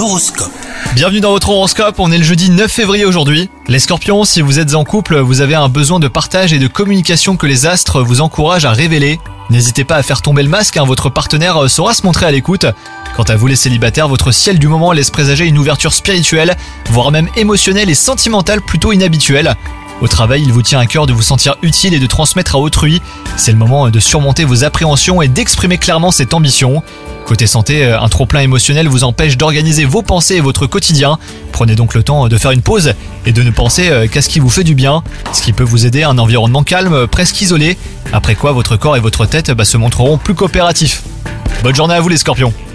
L'horoscope. Bienvenue dans votre horoscope, on est le jeudi 9 février aujourd'hui. Les scorpions, si vous êtes en couple, vous avez un besoin de partage et de communication que les astres vous encouragent à révéler. N'hésitez pas à faire tomber le masque, votre partenaire saura se montrer à l'écoute. Quant à vous les célibataires, votre ciel du moment laisse présager une ouverture spirituelle, voire même émotionnelle et sentimentale plutôt inhabituelle. Au travail, il vous tient à cœur de vous sentir utile et de transmettre à autrui. C'est le moment de surmonter vos appréhensions et d'exprimer clairement cette ambition. Côté santé, un trop-plein émotionnel vous empêche d'organiser vos pensées et votre quotidien. Prenez donc le temps de faire une pause et de ne penser qu'à ce qui vous fait du bien, ce qui peut vous aider à un environnement calme, presque isolé. Après quoi, votre corps et votre tête se montreront plus coopératifs. Bonne journée à vous les scorpions.